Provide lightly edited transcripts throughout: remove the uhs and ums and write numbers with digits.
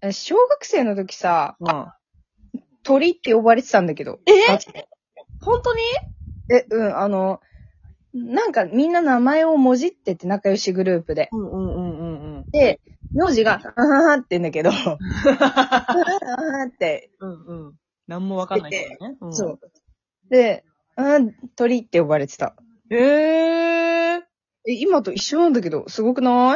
小学生の時さ、 うん。 鳥って呼ばれてたんだけど。 本当に？ なんかみんな名前をもじってて仲良しグループで。 うん。 で、名字が、あははって言うんだけど、あははって。 うん。なんもわかんないけどね。 そう。で、鳥って呼ばれてた。今と一緒なんだけど、すごくない？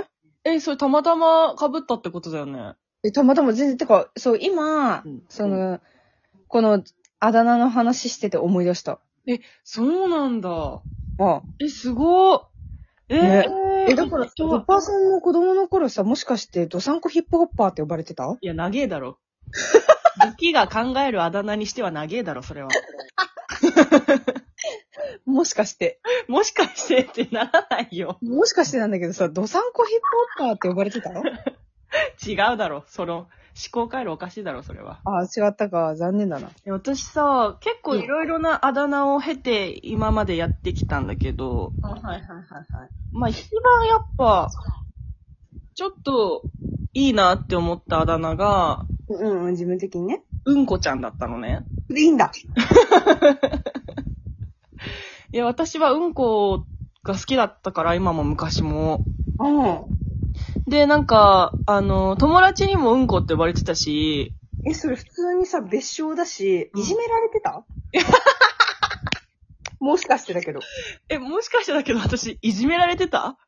それたまたま被ったってことだよね。 たまたま全然、てか、そう、今、この、あだ名の話してて思い出した。 そうなんだ。 あすごっ。 ね。だから、ドッパーさんの子供の頃さ、もしかして、ドサンコヒップホッパーって呼ばれてた？ いや、長えだろ。ドキが考えるあだ名にしては長えだろ、それは。 もしかして。 もしかしてってならないよ。 もしかしてなんだけどさ、ドサンコヒップホッパーって呼ばれてた？ 違うだろ。思考回路おかしいだろ、それは。 違ったか。残念だな。 私さ、結構いろいろなあだ名を経て今までやってきたんだけど、 はい。 まあ一番やっぱ、ちょっといいなって思ったあだ名が、 自分的にね。 うんこちゃんだったのね。 で、いいんだ。 いや、私はうんこが好きだったから、今も昔も。で、なんか、友達にもうんこって呼ばれてたし。 それ普通にさ、別称だし、いじめられてた？もしかしてだけど。 もしかしてだけど私、いじめられてた？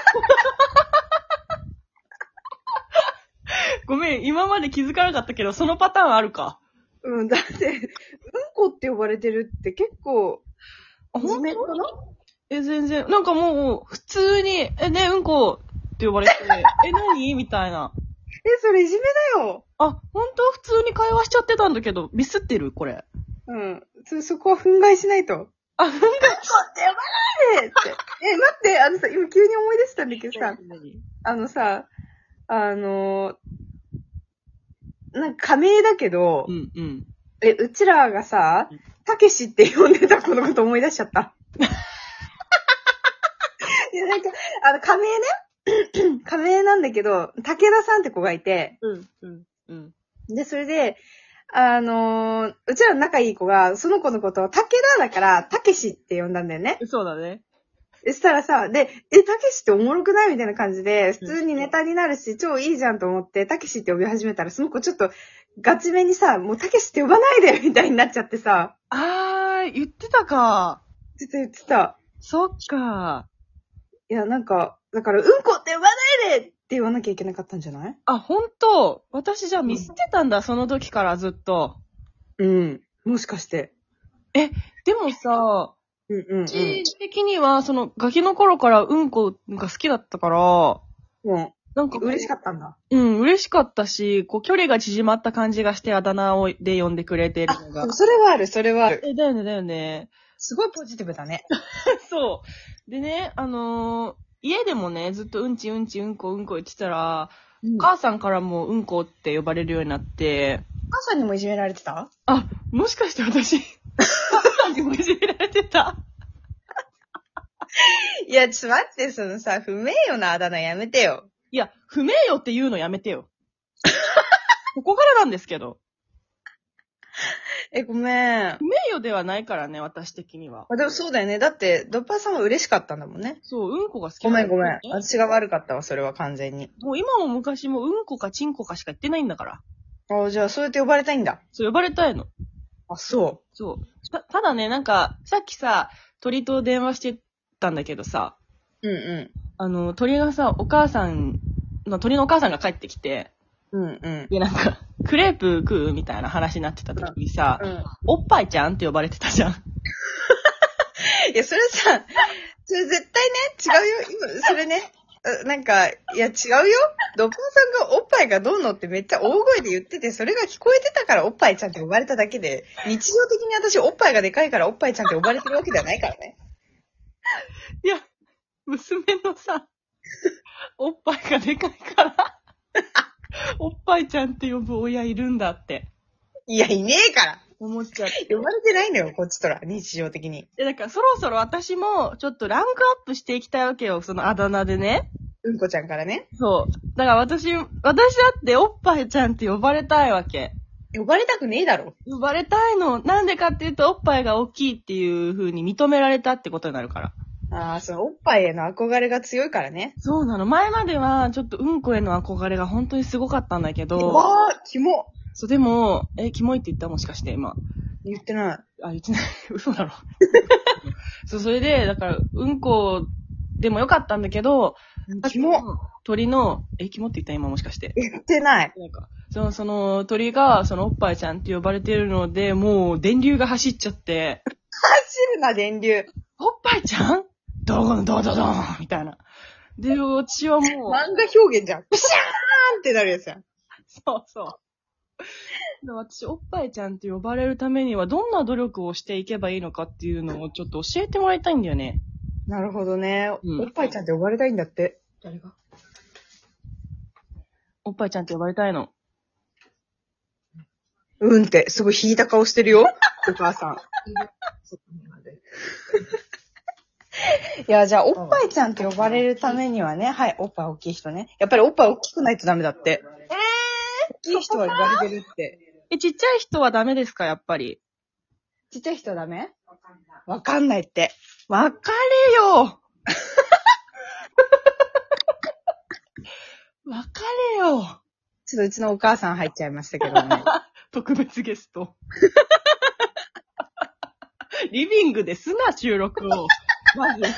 ごめん、今まで気づかなかったけど、そのパターンあるか。 だって、うんこって呼ばれてるって結構、いじめかな？ 全然。なんかもう、普通に、ね、うんこって呼ばれて、何みたいな。 それいじめだよ。 本当普通に会話しちゃってたんだけど、ミスってるこれ。 そこは憤慨しないと。 憤慨って呼ばないでって。待って、さ、今急に思い出したんだけどさ、なんか仮名だけど、うちらがさ、たけしって呼んでた子のこと思い出しちゃった。なんか、仮名ね仮名なんだけど、武田さんって子がいて、で、それで、うちらの仲いい子が、その子のことを武田だから、たけしって呼んだんだよね。 そうだね。 そしたらさ、で、たけしっておもろくないみたいな感じで、普通にネタになるし、超いいじゃんと思って、たけしって呼び始めたら、その子ちょっと、ガチめにさ、もうたけしって呼ばないでみたいになっちゃってさ。 言ってたか。 言ってた。 そっか。 いや、なんか、だから、うんこって呼ばないでって言わなきゃいけなかったんじゃない？ ほんと？私じゃあミスってたんだ、その時からずっと。 もしかして。 でもさ、私的には、ガキの頃からうんこが好きだったから、 なんか嬉しかったんだ。 嬉しかったし、距離が縮まった感じがして、あだ名で呼んでくれてるのが。 それはある。 だよね。 すごいポジティブだね。 そう。でね、家でもね、ずっとうんこ言ってたら、お母さんからもうんこって呼ばれるようになって、 お母さんにもいじめられてた？ もしかして私、お母さんにもいじめられてた？ いや、ちょっと待って、そのさ、不名誉なあだ名やめてよ。 いや、不名誉って言うのやめてよ。ここからなんですけど。 ごめん。 不名誉ではないからね、私的には。 でもそうだよね。だって、ドッパーさんは嬉しかったんだもんね。 そう、うんこが好きごめん。私が悪かったわ、それは完全に。 もう今も昔もうんこかちんこかしか言ってないんだから。 じゃあ、そうやって呼ばれたいんだ。 そう、呼ばれたいの。 そう。 そう。ただね、なんか、さっきさ、鳥と電話してたんだけどさ、鳥がさ、鳥のお母さんが帰ってきて、で、なんか、クレープ食うみたいな話になってた時にさ、おっぱいちゃんって呼ばれてたじゃん。 いや、それさ、それ絶対ね、違うよ。今、それね、なんか、いや、違うよ。ドッパーさんがおっぱいがどうのってめっちゃ大声で言ってて、それが聞こえてたからおっぱいちゃんって呼ばれただけで、日常的に私おっぱいがでかいからおっぱいちゃんって呼ばれてるわけではないからね。 いや、娘のさ、おっぱいがでかいから、おっぱいちゃんって呼ぶ親いるんだって。 いや、いねえから思っちゃって。 呼ばれてないんだよ、こっちとら、日常的に。 だからそろそろ私も、ちょっとランクアップしていきたいわけよ、そのあだ名でね。 うんこちゃんからね。 そう。だから私だっておっぱいちゃんって呼ばれたいわけ。 呼ばれたくねえだろ。 呼ばれたいの。なんでかっていうと、おっぱいが大きいっていう風に認められたってことになるから。 ああ、そのおっぱいへの憧れが強いからね。 そうなの。前までは、ちょっとうんこへの憧れが本当にすごかったんだけど。 わー、キモ。 そう、でも、キモいって言ったもしかして今。 言ってない。 あ、言ってない。嘘だろ。そう、それで、だから、うんこでもよかったんだけど、 キモ。 鳥の、キモって言った今もしかして。 言ってない。 なんか、その鳥が、そのおっぱいちゃんって呼ばれてるので、もう電流が走っちゃって。 走るな、電流。 おっぱいちゃんドゴンドドドンみたいな。で、私はもう。 漫画表現じゃん。ピシャーンってなるやつやん。 そうそう。私、おっぱいちゃんって呼ばれるためには、どんな努力をしていけばいいのかっていうのをちょっと教えてもらいたいんだよね。 なるほどね。 うん、 おっぱいちゃんって呼ばれたいんだって。 誰が？おっぱいちゃんって呼ばれたいの。 うんって、すごい引いた顔してるよ。お母さん。いや、じゃあ、おっぱいちゃんって呼ばれるためにはね、はい、おっぱい大きい人ね。やっぱりおっぱい大きくないとダメだって。大きい人は言われてるって。 ちっちゃい人はダメですか、やっぱり。 ちっちゃい人はダメ？わかんないって。 わかれよわかれよ。 ちょっとうちのお母さん入っちゃいましたけどね。 特別ゲスト。リビングですな、収録を。まず。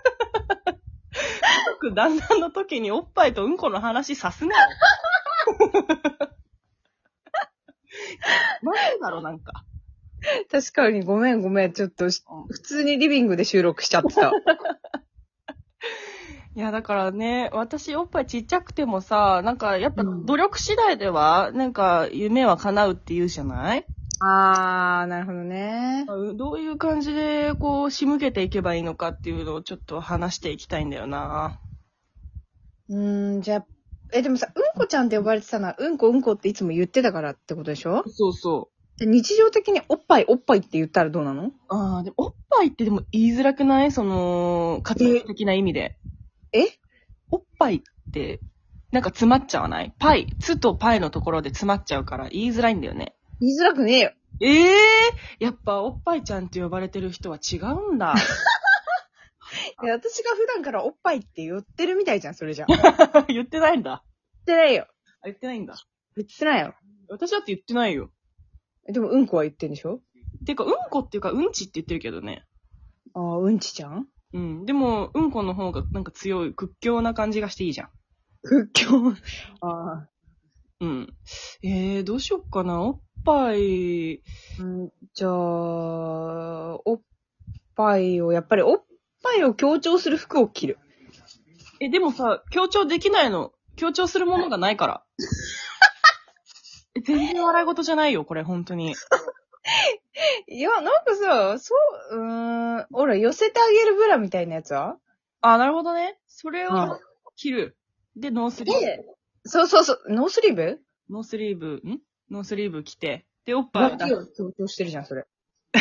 旦那の時におっぱいとうんこの話さすなよ。なんだろ、なんか。 確かにごめん。ちょっと、普通にリビングで収録しちゃってた。 いや、だからね、私おっぱいちっちゃくてもさ、なんかやっぱ努力次第では、なんか夢は叶うって言うじゃない？ あー、なるほどね。 どういう感じでこう仕向けていけばいいのかっていうのをちょっと話していきたいんだよな。 じゃあ、でもさ、うんこちゃんって呼ばれてたのは、うんこっていつも言ってたからってことでしょ？ そうそう。 日常的におっぱいって言ったらどうなの？ でもおっぱいってでも言いづらくない？その、活動的な意味で。おっぱいって、なんか詰まっちゃわない？パイ、つとパイのところで詰まっちゃうから言いづらいんだよね。 言いづらくねえよ。 やっぱおっぱいちゃんって呼ばれてる人は違うんだ。 いや、私が普段からおっぱいって言ってるみたいじゃん、それじゃ。 言ってないんだ。 言ってないよ。 言ってないんだ。 言ってないよ。 私だって言ってないよ。 でも、うんこは言ってんでしょ？ てか、うんこっていうか、うんちって言ってるけどね。 ああ、うんちちゃん？ うん。でも、うんこの方がなんか強い、屈強な感じがしていいじゃん。 屈強。ああ。 うん。どうしよっかな。おっぱい。 じゃあ、おっぱいを、やっぱりおっぱいを強調する服を着る。 でもさ、強調できないの。強調するものがないから。全然笑い事じゃないよ、これ、本当に。 いや、なんかさ、ほら、寄せてあげるブラみたいなやつは？ なるほどね。それを着る。で、ノースリーブ。 そう。ノースリーブ？ ノースリーブ着て。で、おっぱいを脇を強調してるじゃん、それ。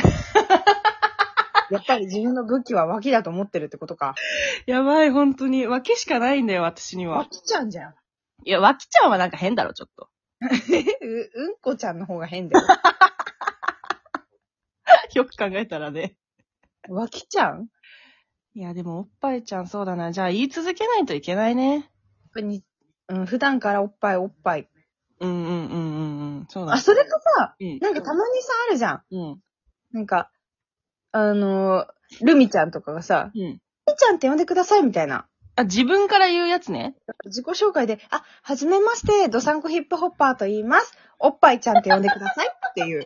やっぱり自分の武器は脇だと思ってるってことか。 やばい、本当に。脇しかないんだよ、私には。 脇ちゃんじゃん。 いや、脇ちゃんはなんか変だろ、ちょっと。 うんこちゃんの方が変だよ。 よく考えたらね。 脇ちゃん？ いや、でもおっぱいちゃんそうだな。じゃあ言い続けないといけないね。 普段からおっぱい。 うん。そうだ。 それかさ、なんかたまにさ、あるじゃん。なんか、ルミちゃんとかがさ、ルミちゃんって呼んでくださいみたいな。 自分から言うやつね。 自己紹介で、はじめまして、ドサンコヒップホッパーと言います。おっぱいちゃんって呼んでくださいっていう。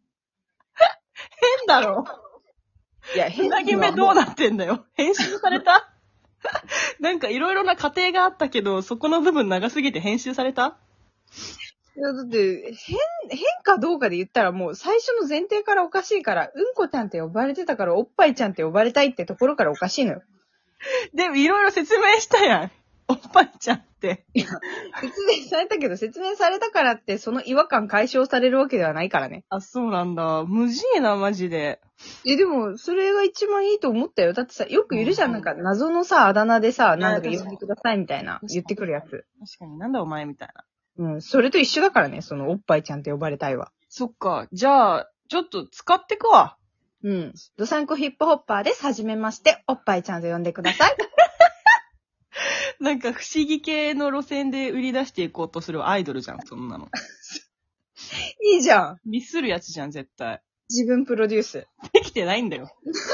変だろ。いや、変な決めどうなってんだよ。編集されたなんかいろいろな過程があったけど、そこの部分長すぎて編集された？ いや、だって、変かどうかで言ったらもう最初の前提からおかしいから、うんこちゃんって呼ばれてたから、おっぱいちゃんって呼ばれたいってところからおかしいのよ。 でもいろいろ説明したやん。 おっぱいちゃんって。 説明されたけど、説明されたからって、その違和感解消されるわけではないからね。 あ、そうなんだ。無事やな、マジで。 でも、それが一番いいと思ったよ。だってさ、よくいるじゃん、なんか謎のさ、あだ名でさ、なんだか呼んでくださいみたいな、言ってくるやつ。 確かに、なんだお前みたいな。 うん、それと一緒だからね、そのおっぱいちゃんって呼ばれたいわ。 そっか。じゃあ、ちょっと使ってくわ。 うん。ドサンコヒップホッパーです。はじめまして、おっぱいちゃんと呼んでください。 なんか不思議系の路線で売り出していこうとするアイドルじゃん、そんなの。 いいじゃん。 ミスるやつじゃん、絶対。 自分プロデュース。 できてないんだよ。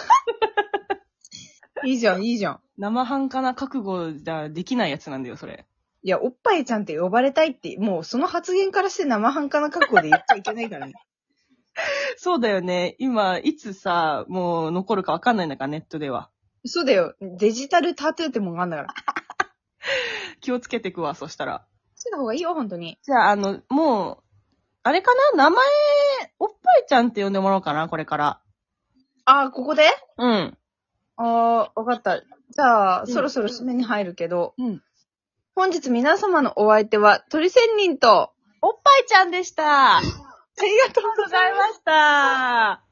いいじゃん、いいじゃん。 生半可な覚悟じゃできないやつなんだよ、それ。 いや、おっぱいちゃんって呼ばれたいって、もうその発言からして生半可な覚悟で言っちゃいけないからね。 そうだよね。今、いつさ、もう残るかわかんないんだから、ネットでは。 そうだよ。デジタルタトゥーってもんがあんだから。 気をつけてくわ、そしたら。 してた方がいいよ、本当に。 じゃあ、もう、あれかな名前、おっぱいちゃんって呼んでもらおうかな、これから。 あ、ここで？ うん。 わかった。じゃあ、そろそろ締めに入るけど、 うん。 本日皆様のお相手は、鳥仙人と、 おっぱいちゃんでした。 ありがとうございました。